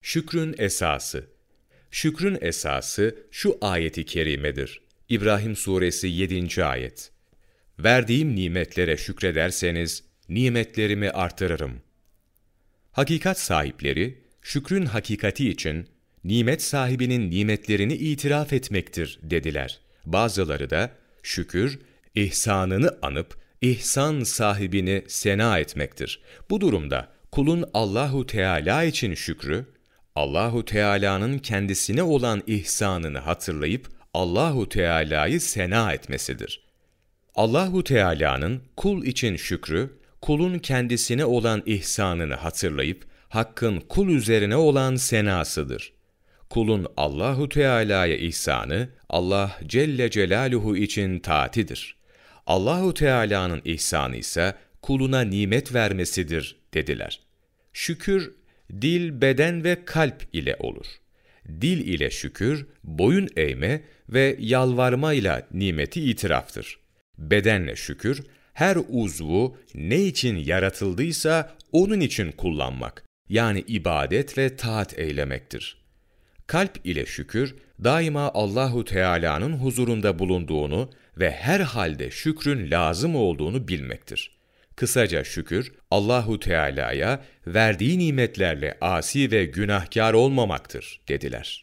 Şükrün esası. Şükrün esası şu ayeti kerimedir. İbrahim suresi 7. ayet. Verdiğim nimetlere şükrederseniz nimetlerimi artırırım. Hakikat sahipleri şükrün hakikati için nimet sahibinin nimetlerini itiraf etmektir dediler. Bazıları da şükür ihsanını anıp ihsan sahibini sena etmektir. Bu durumda kulun Allahu Teala için şükrü, Allahu Teala'nın kendisine olan ihsanını hatırlayıp Allahu Teala'yı sena etmesidir. Allahu Teala'nın kul için şükrü, kulun kendisine olan ihsanını hatırlayıp Hakk'ın kul üzerine olan senasıdır. Kulun Allahu Teala'ya ihsanı Allah Celle Celaluhu için taatidir. Allahu Teala'nın ihsanı ise kuluna nimet vermesidir dediler. Şükür dil, beden ve kalp ile olur. Dil ile şükür, boyun eğme ve yalvarmayla nimeti itiraftır. Bedenle şükür, her uzvu ne için yaratıldıysa onun için kullanmak, yani ibadet ve taat eylemektir. Kalp ile şükür, daima Allahu Teala'nın huzurunda bulunduğunu ve her halde şükrün lazım olduğunu bilmektir. Kısaca şükür, Allahu Teala'ya verdiği nimetlerle asi ve günahkar olmamaktır dediler.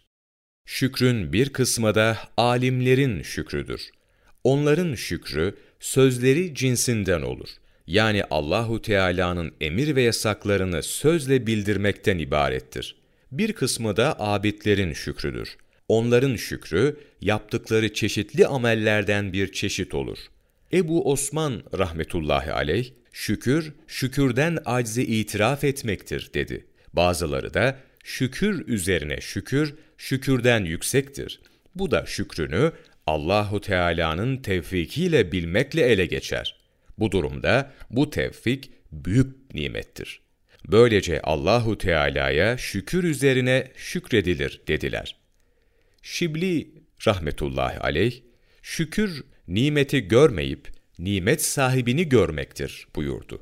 Şükrün bir kısmı da alimlerin şükrüdür. Onların şükrü, sözleri cinsinden olur. Yani Allahu Teala'nın emir ve yasaklarını sözle bildirmekten ibarettir. Bir kısmı da abidlerin şükrüdür. Onların şükrü, yaptıkları çeşitli amellerden bir çeşit olur. Ebu Osman rahmetullahi aleyh, şükür, şükürden aczi itiraf etmektir dedi. Bazıları da, şükür üzerine şükür, şükürden yüksektir. Bu da şükrünü Allahu Teala'nın tevfikiyle bilmekle ele geçer. Bu durumda bu tevfik büyük nimettir. Böylece Allahu Teala'ya şükür üzerine şükredilir dediler. Şibli rahmetullahi aleyh, şükür nimeti görmeyip nimet sahibini görmektir buyurdu.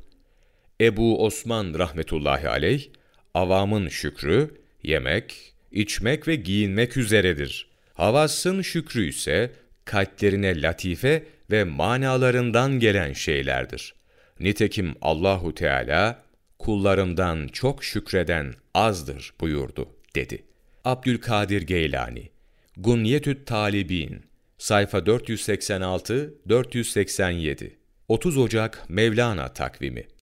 Ebu Osman rahmetullahi aleyh, avamın şükrü yemek, içmek ve giyinmek üzeredir. Havasın şükrü ise kalplerine latife ve manalarından gelen şeylerdir. Nitekim Allahu Teala kullarımdan çok şükreden azdır buyurdu dedi. Abdülkadir Geylani, Gunyetü't Talibin, sayfa 486-487, 30 Ocak Mevlana takvimi.